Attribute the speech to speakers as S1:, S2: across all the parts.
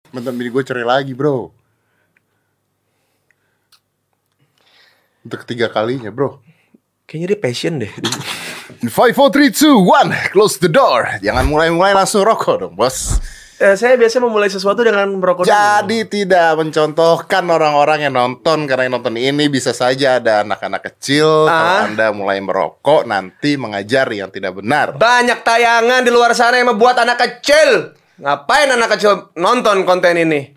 S1: Mantan bini gue cerai lagi, bro. Untuk ketiga kalinya, bro.
S2: Kayaknya dia passion deh.
S1: 5, 4, 3, 2, 1. Close the door. Jangan mulai-mulai langsung rokok dong, bos.
S2: Saya biasa memulai sesuatu dengan merokok dulu.
S1: Jadi tidak mencontohkan orang-orang yang nonton. Karena yang nonton ini bisa saja ada anak-anak kecil. Kalau Anda mulai merokok, nanti mengajari yang tidak benar.
S2: Banyak tayangan di luar sana yang membuat anak kecil. Ngapain anak kecil nonton konten ini?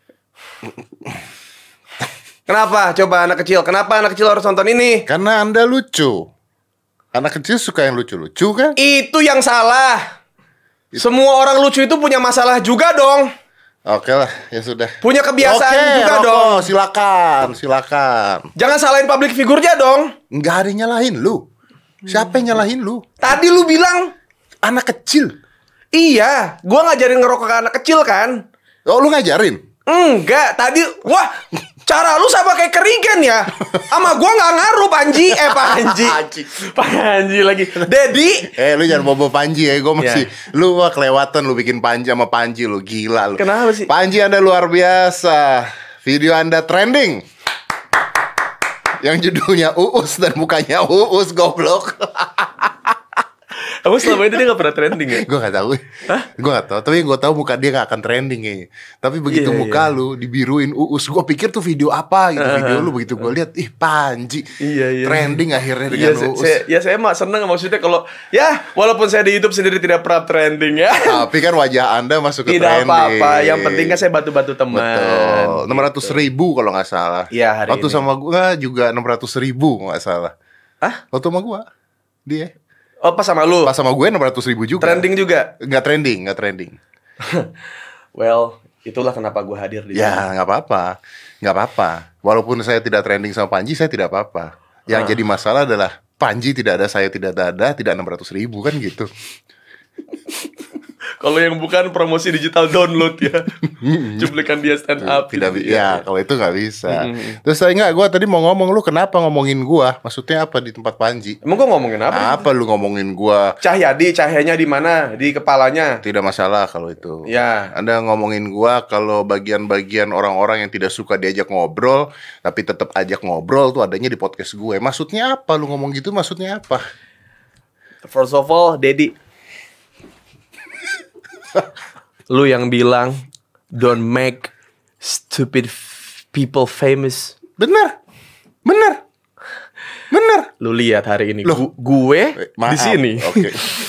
S2: Kenapa? Coba anak kecil. Kenapa anak kecil harus nonton ini?
S1: Karena Anda lucu. Anak kecil suka yang lucu-lucu kan?
S2: Itu yang salah. Semua orang lucu itu punya masalah juga dong.
S1: Oke lah, ya sudah.
S2: Punya kebiasaan juga
S1: rokok,
S2: dong.
S1: Silakan.
S2: Jangan salahin public figure-nya dong.
S1: Nggak ada yang nyalahin lu. Siapa yang nyalahin lu?
S2: Tadi lu bilang
S1: Anak kecil.
S2: iya, gua ngajarin ngerokok ke anak kecil kan.
S1: Oh, lu ngajarin?
S2: Enggak, tadi wah, cara lu sama kayak Kerigen ya. Sama gua nggak ngaruh, Panji. Panji lagi. Dedi.
S1: Lu jangan bobo Panji ya. Gue masih lu mah kelewatan lu bikin Panji sama Panji lu. Gila lu.
S2: Kenapa sih?
S1: Panji Anda luar biasa. Video Anda trending. Yang judulnya Uus dan mukanya Uus, goblok.
S2: Kamu selama ini dia gak pernah trending ya?
S1: Gue gak tahu. Gue gak tahu. Tapi gue tahu muka dia gak akan trending kayaknya. Tapi begitu muka lu dibiruin Uus, gue pikir tuh video apa gitu. Video lu begitu gue lihat, ih Panji. Trending akhirnya dengan Uus.
S2: Saya mah seneng maksudnya kalau ya walaupun saya di YouTube sendiri tidak pernah trending ya.
S1: Tapi kan wajah Anda masuk ke
S2: tidak
S1: trending.
S2: Tidak apa-apa. Yang penting kan saya bantu-bantu teman.
S1: Betul. 600.000 kalau gak salah.
S2: Iya hari
S1: waktu
S2: ini.
S1: sama gue juga 600.000 kalau gak salah.
S2: Hah?
S1: Waktu sama gue dia.
S2: Oh pas sama lu?
S1: Pas sama gue 600.000 juga.
S2: Trending juga?
S1: Nggak trending.
S2: Well, itulah kenapa gue hadir di sini.
S1: Ya nggak apa-apa. Walaupun saya tidak trending sama Panji, saya tidak apa-apa. Yang jadi masalah adalah Panji tidak ada, saya tidak ada, tidak 600.000 kan gitu.
S2: Kalau yang bukan promosi digital download ya. Cuplikan dia stand up.
S1: Tidak
S2: gitu,
S1: ya, kalau itu nggak bisa. Terus saya gue tadi mau ngomong, lu kenapa ngomongin gue? Maksudnya apa di tempat Panji?
S2: Emang gue ngomongin apa?
S1: Apa lu ngomongin gue?
S2: Cahayanya di mana? Di kepalanya.
S1: Tidak masalah kalau itu.
S2: Ya.
S1: Anda ngomongin gua kalau bagian-bagian orang-orang yang tidak suka diajak ngobrol tapi tetap ajak ngobrol tuh adanya di podcast gue. Maksudnya apa lu ngomong gitu? Maksudnya apa?
S2: First of all, Dedi, lu yang bilang don't make stupid people famous.
S1: Bener.
S2: Lu lihat hari ini
S1: Loh.
S2: gue di
S1: Maaf.
S2: sini.
S1: Oke.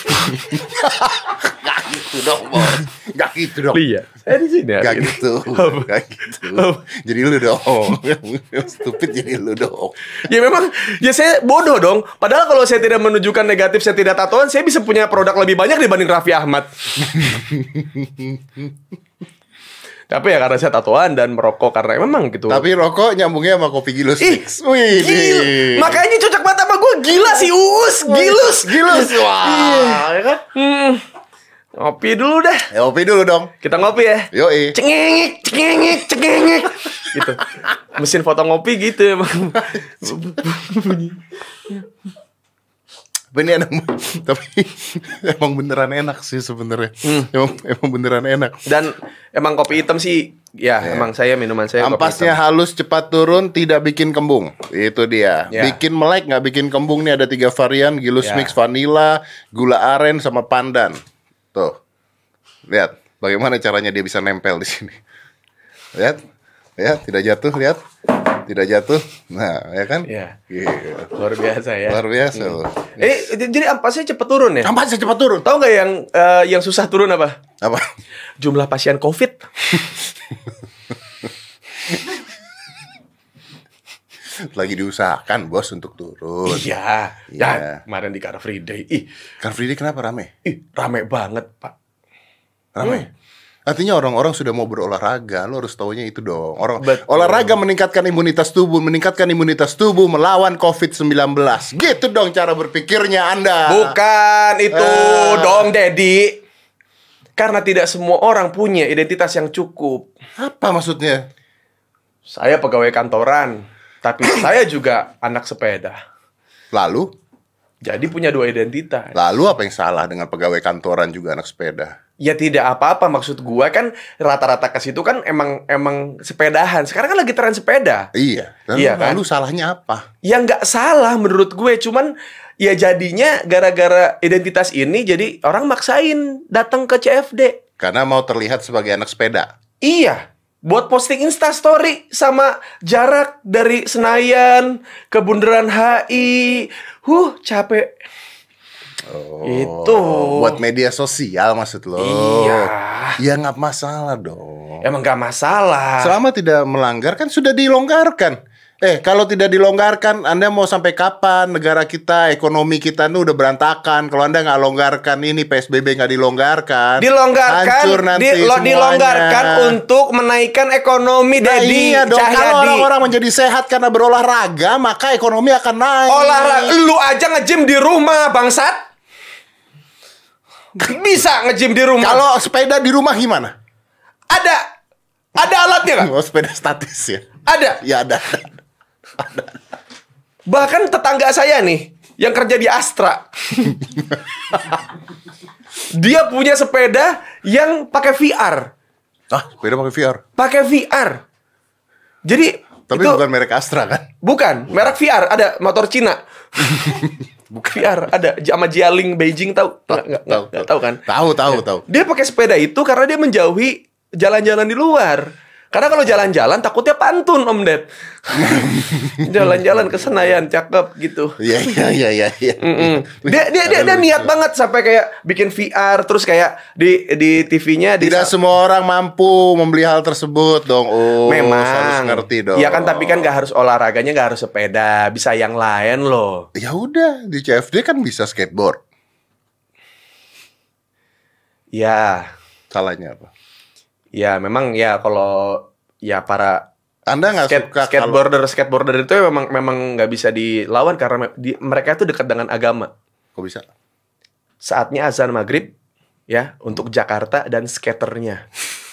S1: Gak gitu dong, bos. Gak gitu dong.
S2: Lihat, saya di sini.
S1: Gak
S2: hari ini.
S1: gitu. Gak gitu. Jadi lu dong. Stupid jadi lu dong.
S2: Ya memang, ya saya bodoh dong. Padahal kalau saya tidak menunjukkan negatif, saya tidak tatoan, saya bisa punya produk lebih banyak dibanding Raffi Ahmad. Tapi ya karena saya tatoan dan merokok karena memang gitu.
S1: Tapi rokok nyambungnya sama kopi Gilus
S2: Ih,
S1: Mix. Wih,
S2: gila. Makanya cocok banget sama gue. Gila sih Uus. Gilus.
S1: Wah, ya kan?
S2: Ngopi dulu dah.
S1: Ya, kopi dulu dong.
S2: Kita ngopi ya.
S1: Yoi.
S2: Cengengek. Gitu. Mesin foto ngopi gitu emang.
S1: Ini enak, tapi emang beneran enak sih sebenarnya. Emang beneran enak.
S2: Dan emang kopi hitam sih, ya emang saya minuman saya kopi
S1: Ampasnya
S2: hitam.
S1: halus, cepat turun, tidak bikin kembung. Itu dia.
S2: Ya.
S1: Bikin melek, nggak bikin kembung nih ada 3 varian: Gilus
S2: Ya.
S1: Mix vanilla, gula aren, sama pandan. Tuh, lihat bagaimana caranya dia bisa nempel di sini. Lihat, ya tidak jatuh, lihat. Tidak jatuh. Nah, ya kan?
S2: Ya.
S1: Gitu.
S2: Luar biasa ya.
S1: Luar biasa loh.
S2: Jadi ampasnya cepet turun ya?
S1: Ampasnya cepat turun.
S2: Tahu nggak yang susah turun apa?
S1: Apa?
S2: Jumlah pasien COVID.
S1: Lagi diusahakan bos untuk turun.
S2: Iya.
S1: Iya.
S2: Ya, kemarin di Car Free Day.
S1: Car Free Day kenapa rame?
S2: Rame banget, Pak.
S1: Rame. Artinya orang-orang sudah mau berolahraga, lo harus taunya itu dong.
S2: Betul.
S1: Olahraga meningkatkan imunitas tubuh melawan COVID-19. Gitu dong cara berpikirnya Anda.
S2: Bukan itu dong, Dedi. Karena tidak semua orang punya identitas yang cukup.
S1: Apa maksudnya?
S2: Saya pegawai kantoran, tapi saya juga anak sepeda.
S1: Lalu
S2: Jadi punya 2 identitas.
S1: apa yang salah dengan pegawai kantoran juga anak sepeda?
S2: Ya tidak apa-apa, maksud gua kan rata-rata ke situ kan emang sepedahan. Sekarang kan lagi tren sepeda.
S1: Iya.
S2: Iya kan?
S1: Lalu salahnya apa?
S2: Ya nggak salah menurut gue, cuman ya jadinya gara-gara identitas ini jadi orang maksain datang ke CFD.
S1: Karena mau terlihat sebagai anak sepeda.
S2: Iya, buat posting Instastory sama jarak dari Senayan ke Bundaran HI. Capek. Itu.
S1: Buat media sosial maksud lo.
S2: Iya.
S1: Ya nggak masalah dong.
S2: Emang nggak masalah.
S1: Selama tidak melanggar kan sudah dilonggarkan. Kalau tidak dilonggarkan, Anda mau sampai kapan negara kita, ekonomi kita udah berantakan. Kalau Anda nggak longgarkan ini, PSBB nggak dilonggarkan, hancur nanti semuanya.
S2: Dilonggarkan untuk menaikkan ekonomi, Dedi.
S1: Iya dong,
S2: Cahyadi.
S1: kalau orang-orang menjadi sehat karena berolahraga, maka ekonomi akan naik.
S2: Olahraga, lu aja nge-gym di rumah, bangsat. Bisa nge-gym di rumah.
S1: Kalau sepeda di rumah gimana?
S2: Ada alatnya nggak?
S1: Oh, sepeda statis ya?
S2: Ada.
S1: Ya ada.
S2: Bahkan tetangga saya nih yang kerja di Astra, dia punya sepeda yang pakai VR.
S1: Sepeda pakai VR.
S2: Pakai VR. Jadi
S1: Tapi
S2: itu,
S1: bukan merek Astra kan?
S2: bukan merek VR, ada motor Cina. Bukan VR, ada sama Jialing Beijing, tahu? Nggak tahu kan?
S1: Tahu.
S2: Dia pakai sepeda itu karena dia menjauhi jalan-jalan di luar. Karena kalau jalan-jalan takutnya pantun, Om Ded. Jalan-jalan ke Senayan, cakep gitu.
S1: Iya.
S2: Dia niat banget sampai kayak bikin VR, terus kayak di TV-nya
S1: Tidak semua orang mampu membeli hal tersebut dong.
S2: Memang
S1: harus ngerti dong.
S2: Ya kan, tapi kan nggak harus olahraganya, nggak harus sepeda, bisa yang lain loh.
S1: Ya udah, di CFD kan bisa skateboard.
S2: Ya,
S1: Salahnya apa?
S2: ya memang ya kalau ya para
S1: Anda nggak suka
S2: skateboarder itu memang nggak bisa dilawan karena mereka itu dekat dengan agama.
S1: Kok bisa?
S2: Saatnya azan maghrib ya untuk Jakarta dan skaternya.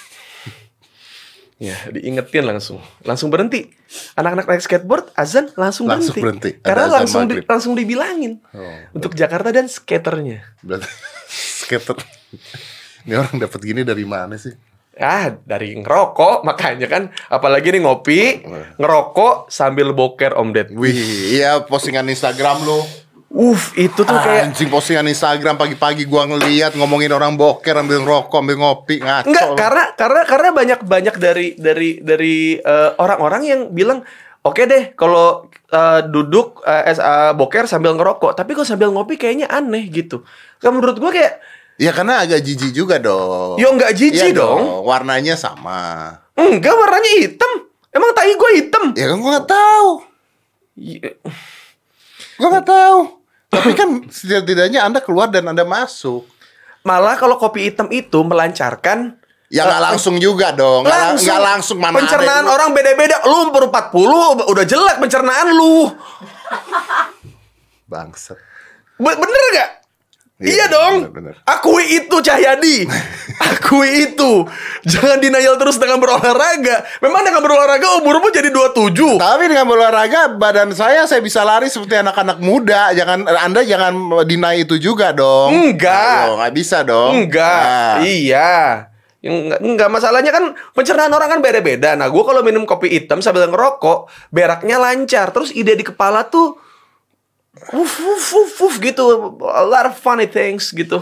S2: Ya, diingetin langsung berhenti. Anak-anak naik skateboard azan langsung berhenti. Karena
S1: Ada azan
S2: langsung
S1: maghrib.
S2: langsung dibilangin untuk Jakarta dan skaternya.
S1: Berarti skater. Ini orang dapat gini dari mana sih?
S2: Dari ngerokok, makanya kan. Apalagi nih ngopi, ngerokok sambil boker, Om Ded.
S1: Wih, iya postingan Instagram lo.
S2: Itu tuh kayak
S1: Anjing, postingan Instagram pagi-pagi gua ngeliat ngomongin orang boker ambil rokok, ambil ngopi, ngaco.
S2: enggak, karena banyak dari orang-orang yang bilang, oke deh kalau duduk boker sambil ngerokok, tapi kalau sambil ngopi kayaknya aneh gitu. Kan menurut gua kayak,
S1: Ya karena agak jijik juga dong.
S2: yo nggak jijik
S1: Iya
S2: dong.
S1: Warnanya sama.
S2: Enggak, warnanya hitam. Emang tai gue hitam?
S1: Ya kan gua nggak tahu.
S2: Iya.
S1: Gua nggak tahu. Tapi kan setidaknya Anda keluar dan Anda masuk.
S2: Malah kalau kopi hitam itu melancarkan.
S1: Ya nggak langsung juga dong. Nggak langsung mana
S2: pencernaan
S1: ada.
S2: orang beda-beda. Lu umur 40 udah jelek pencernaan lu.
S1: Bangsat.
S2: Bener gak?
S1: Iya,
S2: Iya dong.
S1: bener.
S2: Akui itu, Cahyadi. Akui itu. Jangan denial terus dengan berolahraga. Memang dengan berolahraga umurmu jadi 27.
S1: Tapi dengan berolahraga badan saya bisa lari seperti anak-anak muda. Anda jangan deny itu juga dong.
S2: Enggak.
S1: Ayo, nggak bisa dong.
S2: Enggak.
S1: Nah.
S2: Iya. Enggak, masalahnya kan pencernaan orang kan beda-beda. Nah, gue kalau minum kopi hitam sambil ngerokok, beraknya lancar. Terus ide di kepala tuh gitu, a lot of funny things gitu.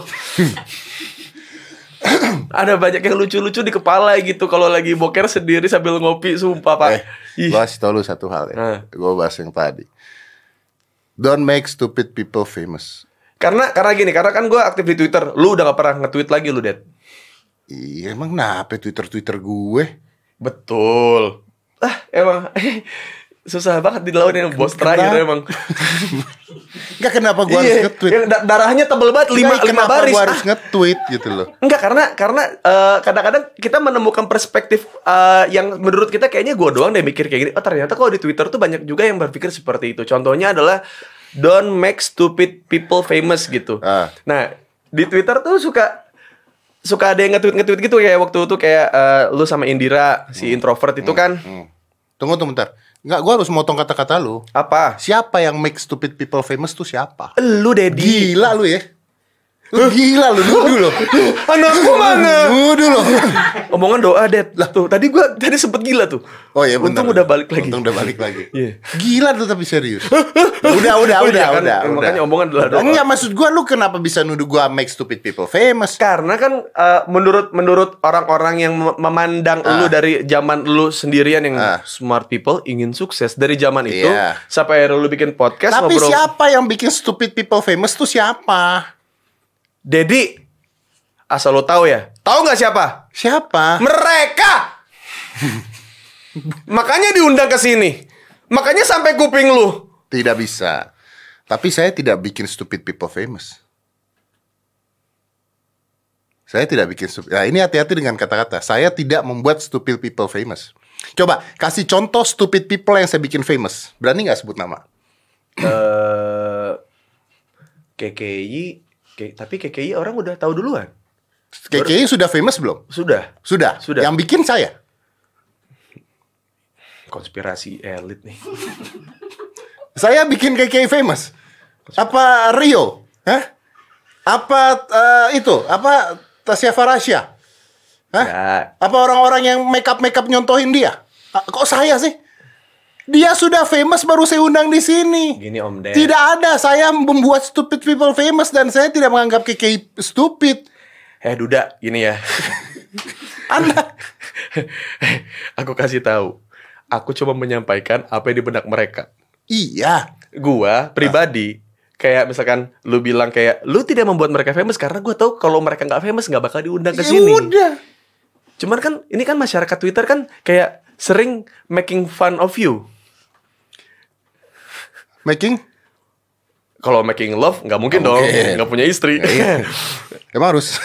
S2: Ada banyak yang lucu-lucu di kepala gitu kalau lagi boker sendiri sambil ngopi, sumpah Pak.
S1: Gue kasih tau lu satu hal ya. Gue bahas yang tadi. Don't make stupid people famous.
S2: Karena kan gue aktif di Twitter. Lu udah gak pernah nge-tweet lagi lu, Dad.
S1: Iya, emang kenapa Twitter gue?
S2: Betul. Emang susah banget dilawan bos terakhir emang.
S1: Enggak, kenapa gue harus nge-tweet?
S2: Darahnya tebel banget, 5 baris.
S1: Gue harus nge-tweet gitu loh.
S2: Enggak, karena kadang-kadang kita menemukan perspektif yang menurut kita kayaknya gue doang deh mikir kayak gini. Oh, ternyata kalau di Twitter tuh banyak juga yang berpikir seperti itu. Contohnya adalah don't make stupid people famous gitu. Nah, di Twitter tuh suka ada yang nge-tweet gitu, kayak waktu itu kayak lu sama Indira, si introvert itu kan.
S1: Tunggu bentar. Enggak, gue harus motong kata-kata lu.
S2: Apa?
S1: Siapa yang make stupid people famous tuh siapa?
S2: Lu, Dedi.
S1: Gila lu ya. Lu gila lu, nuduh lo.
S2: Anakku mana?
S1: Nuduh lo.
S2: Omongan doa, Det. Lah tuh, tadi sempet gila tuh.
S1: Oh iya benar.
S2: Untung udah balik lagi.
S1: Untung udah balik lagi.
S2: Iya.
S1: Gila tuh tapi serius. Udah,
S2: Oh iya kan,
S1: udah.
S2: makanya omongan adalah doa.
S1: Enggak, maksud gua lu kenapa bisa nuduh gua make stupid people famous?
S2: Karena kan menurut orang-orang yang memandang lu dari zaman lu sendirian yang smart people ingin sukses dari zaman itu
S1: Iya.
S2: sampai akhirnya lu bikin podcast
S1: Tapi
S2: ngobrol.
S1: siapa yang bikin stupid people famous tuh siapa?
S2: Dedi, asal lo tahu ya. Tahu nggak siapa?
S1: Siapa?
S2: Mereka. Makanya diundang ke sini. Makanya sampai kuping lu.
S1: Tidak bisa. Tapi saya tidak bikin stupid people famous. Saya tidak bikin stupid. Nah, ini hati-hati dengan kata-kata. Saya tidak membuat stupid people famous. Coba kasih contoh stupid people yang saya bikin famous. Berani nggak sebut nama?
S2: KKI, tapi KKI orang udah tahu duluan.
S1: KKI sudah famous belum?
S2: Sudah.
S1: Sudah.
S2: Sudah.
S1: Yang bikin saya.
S2: Konspirasi elit nih.
S1: Saya bikin KKI famous. Apa Rio? Hah? Apa itu? Apa Tasya Farasya? Hah?
S2: Ya.
S1: Apa orang-orang yang make up nyontohin dia? Kok saya sih? Dia sudah famous baru saya undang di sini.
S2: Gini Om Den.
S1: Tidak ada, saya membuat stupid people famous dan saya tidak menganggap KKI stupid.
S2: Duda, gini ya.
S1: Anda
S2: Aku kasih tahu. Aku coba menyampaikan apa yang di benak mereka.
S1: iya.
S2: Gua pribadi kayak misalkan lu bilang kayak lu tidak membuat mereka famous karena gua tahu kalau mereka nggak famous nggak bakal diundang ke
S1: Ya
S2: sini.
S1: udah.
S2: Cuman kan ini kan masyarakat Twitter kan kayak sering making fun of you.
S1: Making?
S2: Kalau making love nggak mungkin
S1: Nggak
S2: dong,
S1: mungkin.
S2: nggak punya istri.
S1: Iya. Emang harus.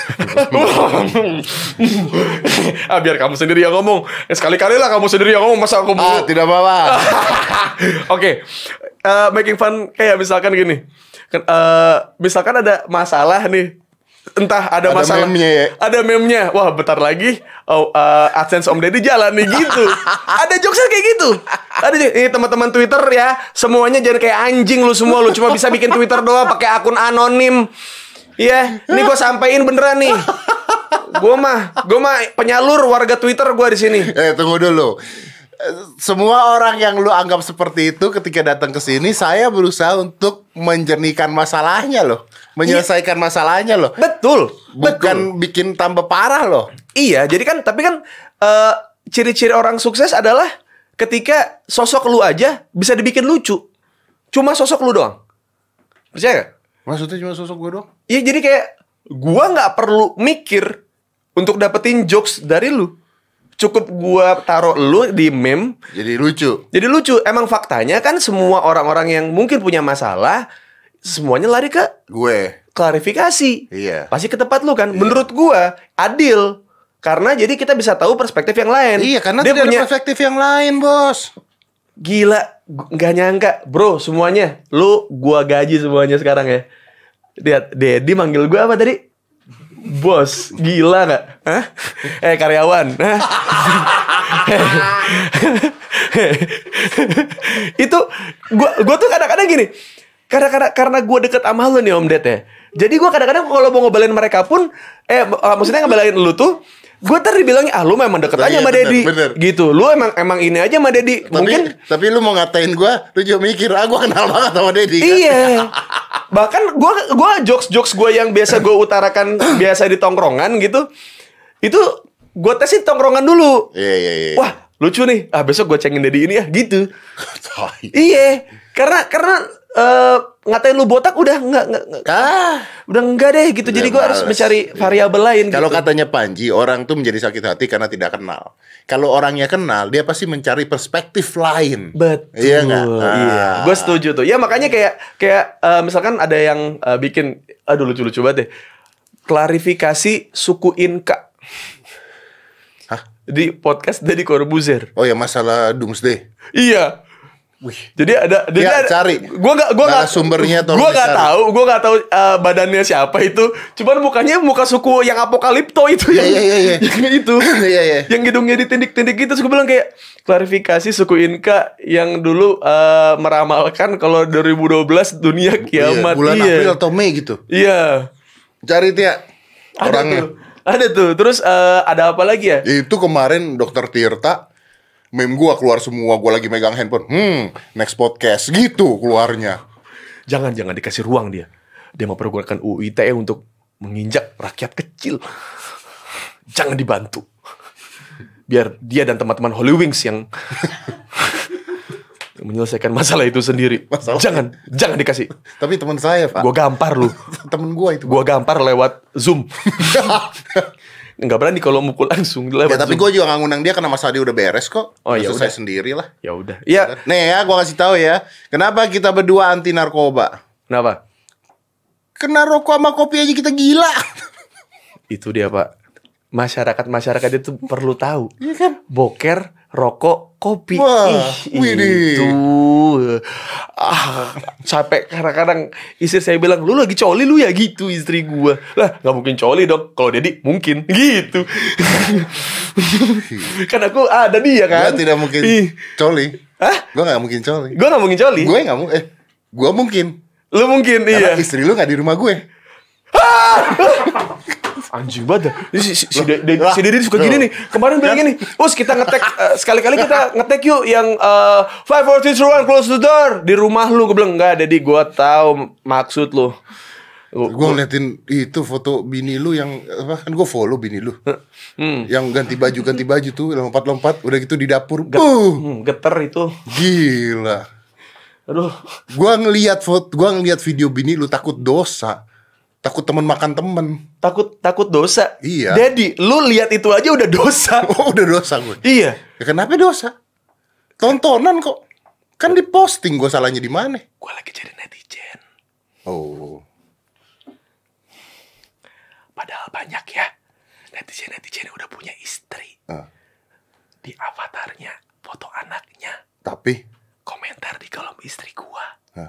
S2: Biar kamu sendiri yang ngomong. Sekali-kali lah kamu sendiri yang ngomong, masa aku mau.
S1: Tidak apa-apa.
S2: Oke. Making fun kayak misalkan gini. Misalkan ada masalah nih. Entah ada masalah.
S1: meme-nya ya?
S2: Ada meme-nya. Wah, bentar lagi AdSense Om Deddy jalan nih gitu. Ada jokesnya kayak gitu. Ada ini teman-teman Twitter ya. Semuanya jangan kayak anjing lu semua. Lu cuma bisa bikin Twitter doang pakai akun anonim. Iya, ini gue sampein beneran nih. Gue mah penyalur warga Twitter gue di sini.
S1: Tunggu dulu. Semua orang yang lu anggap seperti itu ketika datang ke sini, saya berusaha untuk menjernihkan masalahnya loh, menyelesaikan masalahnya loh.
S2: Betul.
S1: Bukan bikin tambah parah loh.
S2: Iya, jadi kan tapi kan ciri-ciri orang sukses adalah ketika sosok lu aja bisa dibikin lucu. Cuma sosok lu doang. Percaya gak?
S1: Maksudnya cuma sosok gue doang?
S2: Iya, jadi kayak gua nggak perlu mikir untuk dapetin jokes dari lu. Cukup gua taruh lu di meme.
S1: Jadi lucu.
S2: Jadi lucu. Emang faktanya kan semua orang-orang yang mungkin punya masalah semuanya lari ke
S1: Gue.
S2: klarifikasi.
S1: Iya.
S2: Pasti ke tempat lu kan. Menurut gua adil. Karena jadi kita bisa tahu perspektif yang lain.
S1: Iya, karena
S2: dia
S1: tidak
S2: punya
S1: ada perspektif yang lain, bos.
S2: gila, nggak nyangka, bro, semuanya. Lu gua gaji semuanya sekarang ya. Lihat, Dedi manggil gua apa tadi? Bos, gila nggak? Hah? Karyawan. Hah? Itu gua tuh kadang-kadang gini. Karena gue deket sama lu nih Om Det ya. Jadi gue kadang-kadang kalau mau ngebelain mereka pun maksudnya ngebelain lu tuh, gue tadi bilangnya lu memang deket aja sama Dedi. Gitu. Lu emang ini aja sama Dedi. Mungkin
S1: tapi lu mau ngatain gue, lu juga mikir, gue kenal banget sama Dedi kan?
S2: Iya. Bahkan gue jokes gue yang biasa gue utarakan biasa di tongkrongan gitu. Itu gue tesin tongkrongan dulu.
S1: Iya.
S2: Wah, lucu nih. Besok gue cengin Dedi ini ya gitu. Iya. Karena ngatain lu botak udah enggak. Udah enggak deh gitu. Jadi gue harus mencari variabel lain.
S1: Kalau
S2: gitu.
S1: katanya Panji, orang tuh menjadi sakit hati karena tidak kenal. Kalau orangnya kenal, dia pasti mencari perspektif lain.
S2: Betul.
S1: Iya nggak?
S2: Iya. Gue setuju tuh. Ya makanya kayak misalkan ada yang bikin, aduh lucu-lucu banget deh. Klarifikasi suku Inka.
S1: Hah?
S2: Di podcast Deddy Corbuzier.
S1: Oh ya, masalah Doomsday.
S2: Iya.
S1: Wih.
S2: Jadi ada
S1: cari.
S2: Gua nggak
S1: sumbernya tolong
S2: Gua nggak
S1: dicari.
S2: tahu badannya siapa itu. Cuman mukanya muka suku yang apokalipto itu
S1: Iya.
S2: yang itu.
S1: Iya.
S2: Yang hidungnya ditindik-tindik gitu. Terus gue bilang kayak klarifikasi suku Inka yang dulu meramalkan kalau 2012 dunia kiamat.
S1: Bulan April atau Mei gitu.
S2: Iya.
S1: Cari Tia
S2: Ada
S1: orangnya.
S2: tuh. Ada tuh. Terus ada apa lagi ya?
S1: Itu kemarin Dokter Tirta meme gua keluar semua, gua lagi megang handphone. Next podcast gitu keluarnya.
S2: Jangan dikasih ruang dia. Dia mau pergunakan UU ITE untuk menginjak rakyat kecil. Jangan dibantu. Biar dia dan teman-teman Holy Wings yang menyelesaikan masalah itu sendiri. Jangan dikasih.
S1: Tapi teman saya, Pak.
S2: Gua gampar lu.
S1: Temen gua itu.
S2: Gua gampar lewat Zoom. Nggak berani kalau mukul langsung lewat
S1: Ya, tapi
S2: Zoom.
S1: gue juga nggak ngundang dia karena masalah dia udah beres kok.
S2: Oh, ya
S1: selesai
S2: udah.
S1: sendiri lah.
S2: Ya udah. Iya.
S1: Nih ya, gue kasih tahu ya. Kenapa kita berdua anti narkoba?
S2: Kenapa?
S1: Kena rokok sama kopi aja kita gila.
S2: Itu dia, Pak. Masyarakat itu perlu tahu.
S1: Iya kan?
S2: Boker, rokok, kopi.
S1: Wah, widih.
S2: Itu. Capek kadang-kadang istri saya bilang, "Lu lagi coli lu ya?" Gitu istri gua. Lah, nggak mungkin coli dong. Kalau Dedi mungkin gitu. Kan aku ada dia kan.
S1: Gue tidak mungkin coli.
S2: Hah?
S1: Gue nggak mungkin coli.
S2: Gua nggak mungkin coli.
S1: Gue nggak mungkin. Gue mungkin.
S2: Lu mungkin
S1: Karena
S2: iya.
S1: istri lu nggak di rumah gue.
S2: Anjing banget dah. Si Dedi suka gini nih. Kemarin bilang gini, "Us, kita ngetek sekali-kali kita ngetek yuk yang 5 4 3 2 1 close the door." Di rumah lu. Gue bilang, "Enggak, Dedi, gua tahu maksud lu."
S1: Gue ngeliatin itu foto bini lu yang apa, kan gue follow bini lu. Yang ganti baju tuh lompat-lompat udah gitu di dapur.
S2: Geter itu.
S1: Gila.
S2: Aduh.
S1: Gua ngelihat video bini lu takut dosa. Takut temen makan temen.
S2: Takut dosa.
S1: Iya.
S2: Dedi, lu lihat itu aja udah dosa.
S1: Oh, udah dosa gue.
S2: Iya.
S1: Ya kenapa dosa? Tontonan kok. Kan diposting, gue salahnya di mana?
S2: Gua lagi jadi netizen.
S1: Oh.
S2: Padahal banyak ya netizen udah punya istri. Di avatarnya foto anaknya.
S1: Tapi
S2: Komentar di kolom istri gua.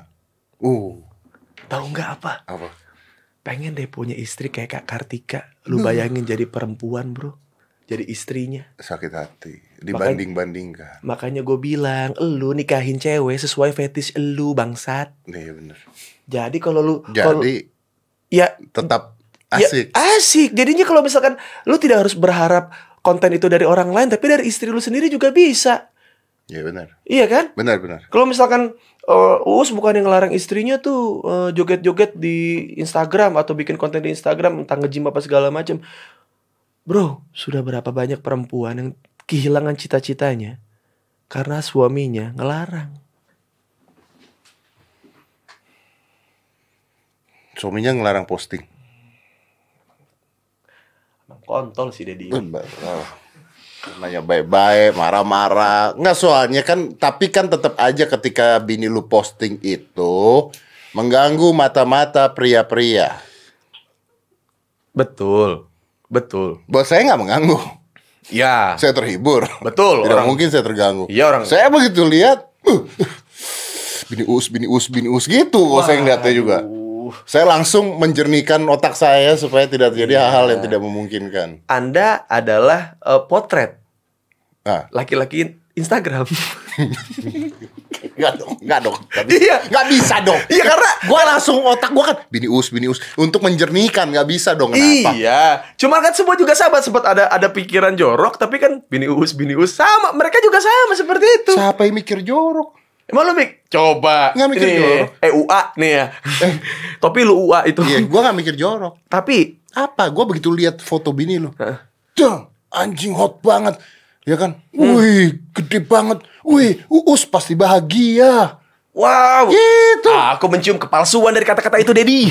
S2: Tahu nggak apa?
S1: Apa?
S2: Pengen deh punya istri kayak Kak Kartika. Lu bayangin jadi perempuan, bro. Jadi istrinya.
S1: Sakit hati. Dibanding-bandingkan.
S2: Makanya gue bilang, lu nikahin cewek sesuai fetish lu, bangsat.
S1: Iya bener.
S2: Jadi kalau lu...
S1: Jadi
S2: ya
S1: tetap
S2: ya,
S1: asik.
S2: asik. Jadinya kalau misalkan lu tidak harus berharap konten itu dari orang lain, tapi dari istri lu sendiri juga bisa.
S1: Iya benar.
S2: Iya kan?
S1: Benar.
S2: Kalau misalkan Uus bukan yang ngelarang istrinya tuh joget-joget di Instagram atau bikin konten di Instagram tentang nge-gym apa segala macam. Bro, sudah berapa banyak perempuan yang kehilangan cita-citanya karena suaminya ngelarang.
S1: Suaminya ngelarang posting.
S2: Emang kontol sih Dedi.
S1: Nanya baik-baik, marah-marah. Nggak, soalnya kan, tapi kan tetap aja ketika bini lu posting itu mengganggu mata-mata pria-pria.
S2: Betul.
S1: Buat saya nggak mengganggu.
S2: Ya.
S1: Saya terhibur.
S2: Betul.
S1: Tidak mungkin saya terganggu.
S2: Iya, orang.
S1: Saya begitu lihat, bini us gitu. Saya ngeliatnya juga. Saya langsung menjernihkan otak saya supaya tidak terjadi hal-hal yang tidak memungkinkan.
S2: Anda adalah potret laki-laki Instagram.
S1: Enggak dong.
S2: Iya.
S1: Nggak bisa dong.
S2: Iya, karena
S1: Gua langsung otak gua kan bini us untuk menjernihkan, nggak bisa dong. Kenapa?
S2: Iya. Cuman kan semua juga sama, sempat ada pikiran jorok, tapi kan bini us sama, mereka juga sama seperti itu.
S1: Siapa yang mikir jorok?
S2: Emang lu coba
S1: Nggak mikir jorok.
S2: UA nih ya. Topi lu UA itu.
S1: Iya, gua nggak mikir jorok.
S2: Tapi
S1: Apa? Gua begitu lihat foto bini lu, dah, anjing hot banget, ya kan? Wih, gede banget. Wih, Uus pasti bahagia.
S2: wow.
S1: Gitu.
S2: Aku mencium kepalsuan dari kata-kata itu, Dedi.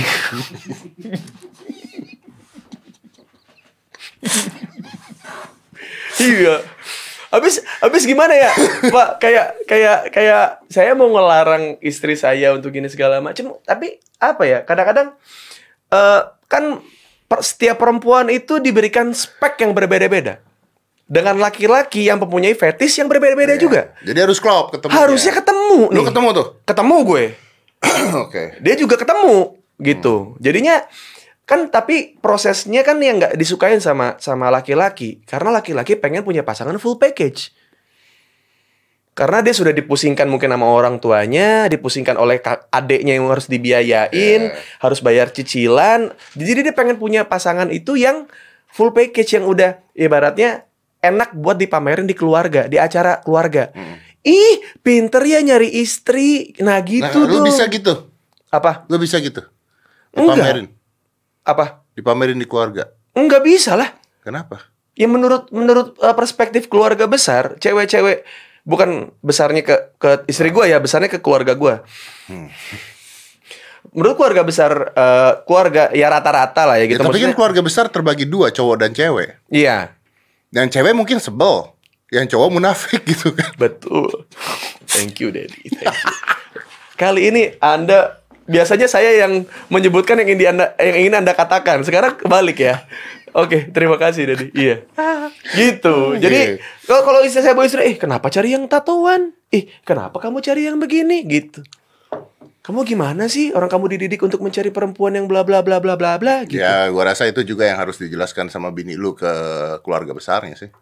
S2: Iya. Habis gimana ya, Pak? Kayak saya mau ngelarang istri saya untuk gini segala macam, tapi apa ya? Kadang-kadang kan setiap perempuan itu diberikan spek yang berbeda-beda. Dengan laki-laki yang mempunyai fetish yang berbeda-beda juga.
S1: Jadi harus klop ketemu.
S2: Harusnya ketemu nih.
S1: Lu ketemu tuh?
S2: Ketemu gue.
S1: Oke.
S2: Dia juga ketemu gitu. Jadinya kan, tapi prosesnya kan yang nggak disukain sama laki-laki, karena laki-laki pengen punya pasangan full package. Karena dia sudah dipusingkan mungkin sama orang tuanya, dipusingkan oleh adeknya yang harus dibiayain, harus bayar cicilan. Jadi dia pengen punya pasangan itu yang full package, yang udah ibaratnya enak buat dipamerin di keluarga, di acara keluarga. Ih, pinter ya nyari istri. Nah gitu
S1: Lu
S2: dong.
S1: bisa gitu?
S2: Apa?
S1: Lu bisa gitu?
S2: Enggak.
S1: Dipamerin?
S2: Apa?
S1: Dipamerin di keluarga?
S2: Enggak bisa lah.
S1: Kenapa?
S2: Ya menurut perspektif keluarga besar, cewek-cewek bukan besarnya ke istri gue ya, besarnya ke keluarga gue. Menurut keluarga besar, keluarga ya rata-rata lah ya gitu.
S1: Ya, tapi kan
S2: Maksudnya,
S1: keluarga besar terbagi dua, cowok dan cewek.
S2: iya,
S1: Yang cewek mungkin sebel, yang cowok munafik gitu kan.
S2: betul. Thank you, Daddy. Thank you. Kali ini Anda, biasanya saya yang menyebutkan yang ingin Anda katakan. Sekarang kebalik ya. Oke, terima kasih, Daddy. Iya. Gitu. Jadi kalau istri saya bawa istri, kenapa cari yang tatoan? Kenapa kamu cari yang begini? Gitu. Kamu gimana sih? Orang kamu dididik untuk mencari perempuan yang bla bla bla bla bla bla gitu.
S1: Ya, gua rasa itu juga yang harus dijelaskan sama bini lu ke keluarga besarnya sih.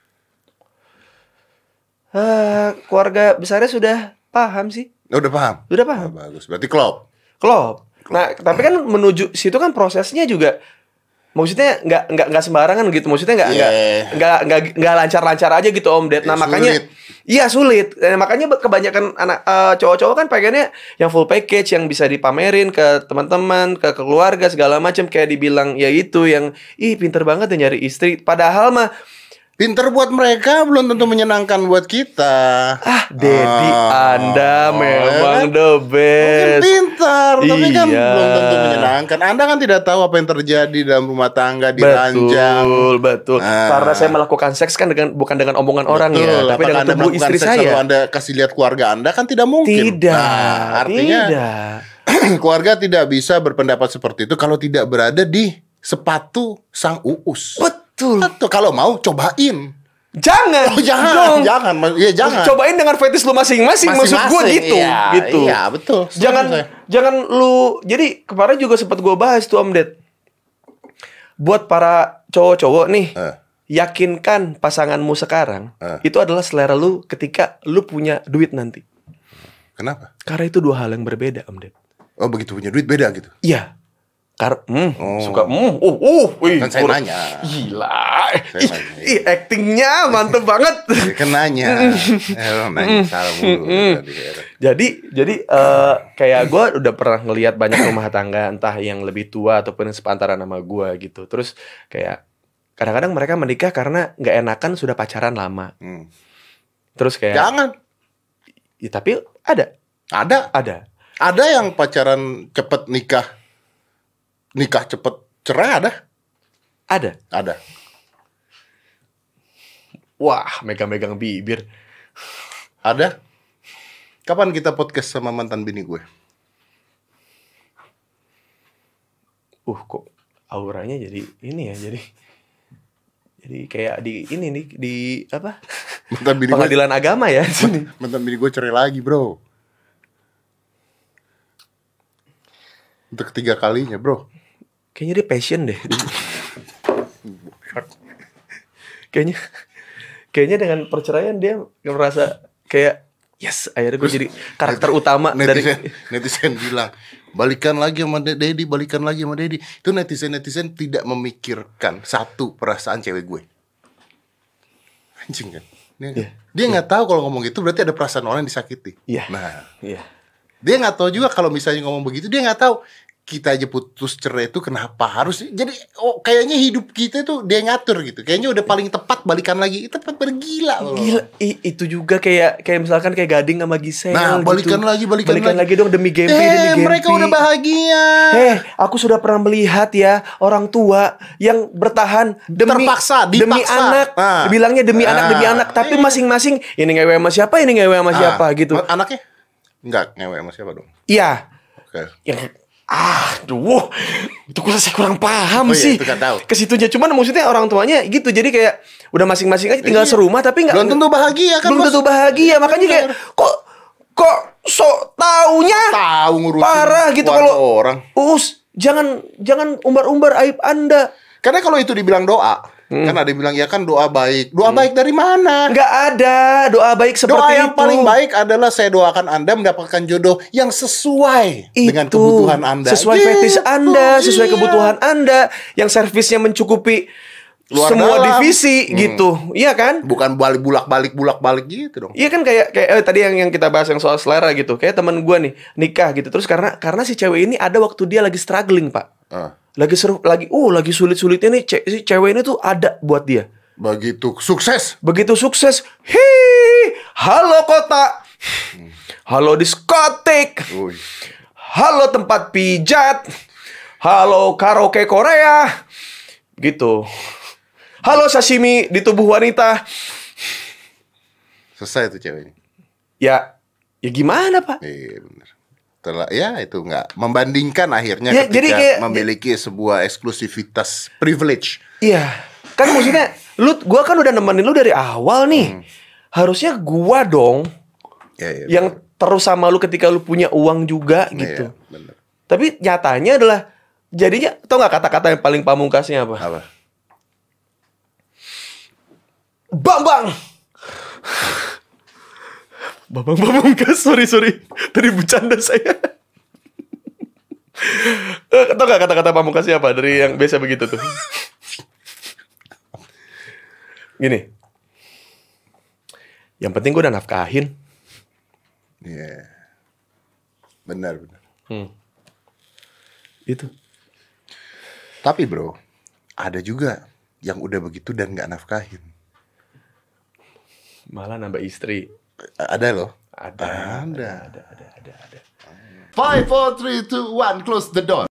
S2: Keluarga besarnya sudah paham sih.
S1: Udah paham?
S2: Sudah paham.
S1: Bagus. Berarti klop.
S2: Klop. Nah, tapi kan menuju situ kan prosesnya juga, maksudnya nggak sembarangan gitu. Maksudnya nggak lancar-lancar aja gitu Om Ded. Nah, makanya
S1: sulit.
S2: Iya sulit. Makanya kebanyakan anak cowok-cowok kan pengennya yang full package, yang bisa dipamerin ke teman-teman, ke keluarga segala macam, kayak dibilang ya itu yang pinter banget ya nyari istri. Padahal mah
S1: Pinter buat mereka, belum tentu menyenangkan buat kita.
S2: Daddy Anda memang the
S1: Mungkin
S2: best.
S1: pintar, tapi kan
S2: Iya.
S1: belum tentu menyenangkan. Anda kan tidak tahu apa yang terjadi dalam rumah tangga, diranjang.
S2: Betul. Karena saya melakukan seks kan bukan dengan omongan orang ya,
S1: Betul.
S2: tapi
S1: Apakah
S2: dengan
S1: Anda
S2: tubuh
S1: melakukan
S2: istri
S1: seks
S2: saya.
S1: lalu Anda kasih lihat keluarga Anda kan tidak mungkin.
S2: Tidak.
S1: Nah, artinya
S2: Tidak.
S1: keluarga tidak bisa berpendapat seperti itu kalau tidak berada di sepatu sang uus.
S2: Betul.
S1: Atau kalau mau cobain.
S2: Jangan.
S1: Oh, jangan,
S2: dong.
S1: jangan. Ya, jangan.
S2: Cobain dengan fetish lu masing-masing. Maksud gue gitu.
S1: Iya,
S2: Gitu.
S1: Iya, betul. Setuju
S2: Jangan
S1: saya.
S2: jangan lu. Jadi kemarin juga sempat gue bahas tuh Om Ded. Buat para cowok-cowok nih, yakinkan pasanganmu sekarang itu adalah selera lu ketika lu punya duit nanti.
S1: Kenapa?
S2: Karena itu dua hal yang berbeda Om Ded.
S1: Oh, begitu punya duit beda gitu.
S2: Iya. Suka wih,
S1: Kan saya nanya.
S2: Gila.
S1: Saya nanya.
S2: Actingnya mantep banget.
S1: Ya, kan nanya. Nanya salah mulu tadi.
S2: Jadi kayak gue udah pernah ngelihat banyak rumah tangga, entah yang lebih tua ataupun yang sepantaran sama gue gitu. Terus kayak kadang-kadang mereka menikah karena nggak enakan sudah pacaran lama. Terus kayak
S1: Jangan.
S2: ya, tapi ada
S1: Ada yang pacaran cepet nikah cepet cerai ada.
S2: Wah, megang-megang bibir.
S1: Ada. Kapan kita podcast sama mantan bini gue?
S2: Kok auranya jadi ini ya, jadi kayak di ini nih, di apa?
S1: Mantan bini gue.
S2: Pengadilan agama ya sini.
S1: Mantan bini gue cerai lagi, bro. Untuk ketiga kalinya, bro.
S2: Kayaknya dia passion deh. Kayaknya dengan perceraian dia merasa kayak yes, akhirnya gue jadi karakter utama
S1: netizen bilang balikan lagi sama Dedi. Itu netizen tidak memikirkan satu perasaan cewek gue. Anjing kan? Dia nggak tahu kalau ngomong gitu berarti ada perasaan orang yang disakiti.
S2: Iya.
S1: Nah,
S2: Iya.
S1: dia nggak tahu juga kalau misalnya ngomong begitu, dia nggak tahu kita aja putus cerai itu kenapa harus. Jadi kayaknya hidup kita tuh dia ngatur gitu. Kayaknya udah paling tepat balikan lagi. Itu tepat bergila loh.
S2: Gila, itu juga kayak misalkan kayak Gading sama Gisel.
S1: Nah, balikan lagi
S2: dong demi Gempi,
S1: mereka udah bahagia.
S2: Aku sudah pernah melihat ya orang tua yang bertahan
S1: Terpaksa,
S2: demi
S1: dipaksa.
S2: anak. Bilangnya demi anak, tapi masing-masing ini ngewe sama siapa, ini ngewe sama siapa gitu.
S1: Anaknya? Enggak, ngewe sama siapa dong?
S2: Iya.
S1: Oke.
S2: Itu saya kurang paham
S1: iya,
S2: sih.
S1: itu kan tahu.
S2: Ke situnya cuman maksudnya orang tuanya gitu. Jadi kayak udah masing-masing aja tinggal serumah tapi enggak
S1: Belum tentu bahagia kan,
S2: Belum
S1: Bos?
S2: tentu bahagia. Makanya kayak kok sok taunya
S1: Tahu ngurusin
S2: parah gitu
S1: keluarga
S2: kalau
S1: orang.
S2: jangan umbar-umbar aib Anda.
S1: Karena kalau itu dibilang doa, Kan ada yang bilang ya kan doa baik. Doa baik dari mana?
S2: Nggak ada doa baik seperti
S1: Doa yang
S2: itu.
S1: paling baik adalah saya doakan Anda mendapatkan jodoh yang sesuai dengan
S2: Itu,
S1: kebutuhan Anda.
S2: sesuai
S1: Gitu,
S2: fetish Anda, sesuai
S1: iya.
S2: kebutuhan Anda, yang servisnya mencukupi
S1: Luar
S2: semua
S1: dalam.
S2: divisi gitu. Iya kan?
S1: Bukan bulak-balik gitu dong.
S2: Iya kan kayak tadi yang kita bahas yang soal selera gitu. Kayak teman gua nih nikah gitu. Terus karena si cewek ini ada waktu dia lagi struggling, Pak. Lagi sulit-sulitnya nih si cewek ini tuh ada buat dia.
S1: Begitu sukses.
S2: Begitu sukses. Hei, halo kota. Halo diskotik.
S1: Uy.
S2: Halo tempat pijat. Halo karaoke Korea. Gitu. Halo sashimi di tubuh wanita.
S1: Selesai tuh cewek ini.
S2: Ya gimana, Pak?
S1: Iya benar. Ya itu nggak membandingkan akhirnya
S2: Ya,
S1: ketika
S2: jadi kayak
S1: memiliki sebuah eksklusivitas privilege.
S2: Iya. Kan maksudnya gua kan udah nemenin lu dari awal nih. Harusnya gua dong
S1: Ya,
S2: yang terus sama lu ketika lu punya uang juga gitu.
S1: Iya, benar.
S2: Tapi nyatanya adalah jadinya tau nggak kata-kata yang paling pamungkasnya apa?
S1: Apa?
S2: Bambang. Bambang Pamungkas, sorry. Tadi bercanda saya. Tau gak kata-kata Pamungkasnya apa? Dari yang biasa begitu tuh. Gini. Yang penting gue udah nafkahin.
S1: Iya. Benar.
S2: Itu.
S1: Tapi bro, ada juga yang udah begitu dan nggak nafkahin.
S2: Malah nambah istri.
S1: Ada loh.
S2: Ada.
S1: 5, 4, 3, 2, 1, close the door.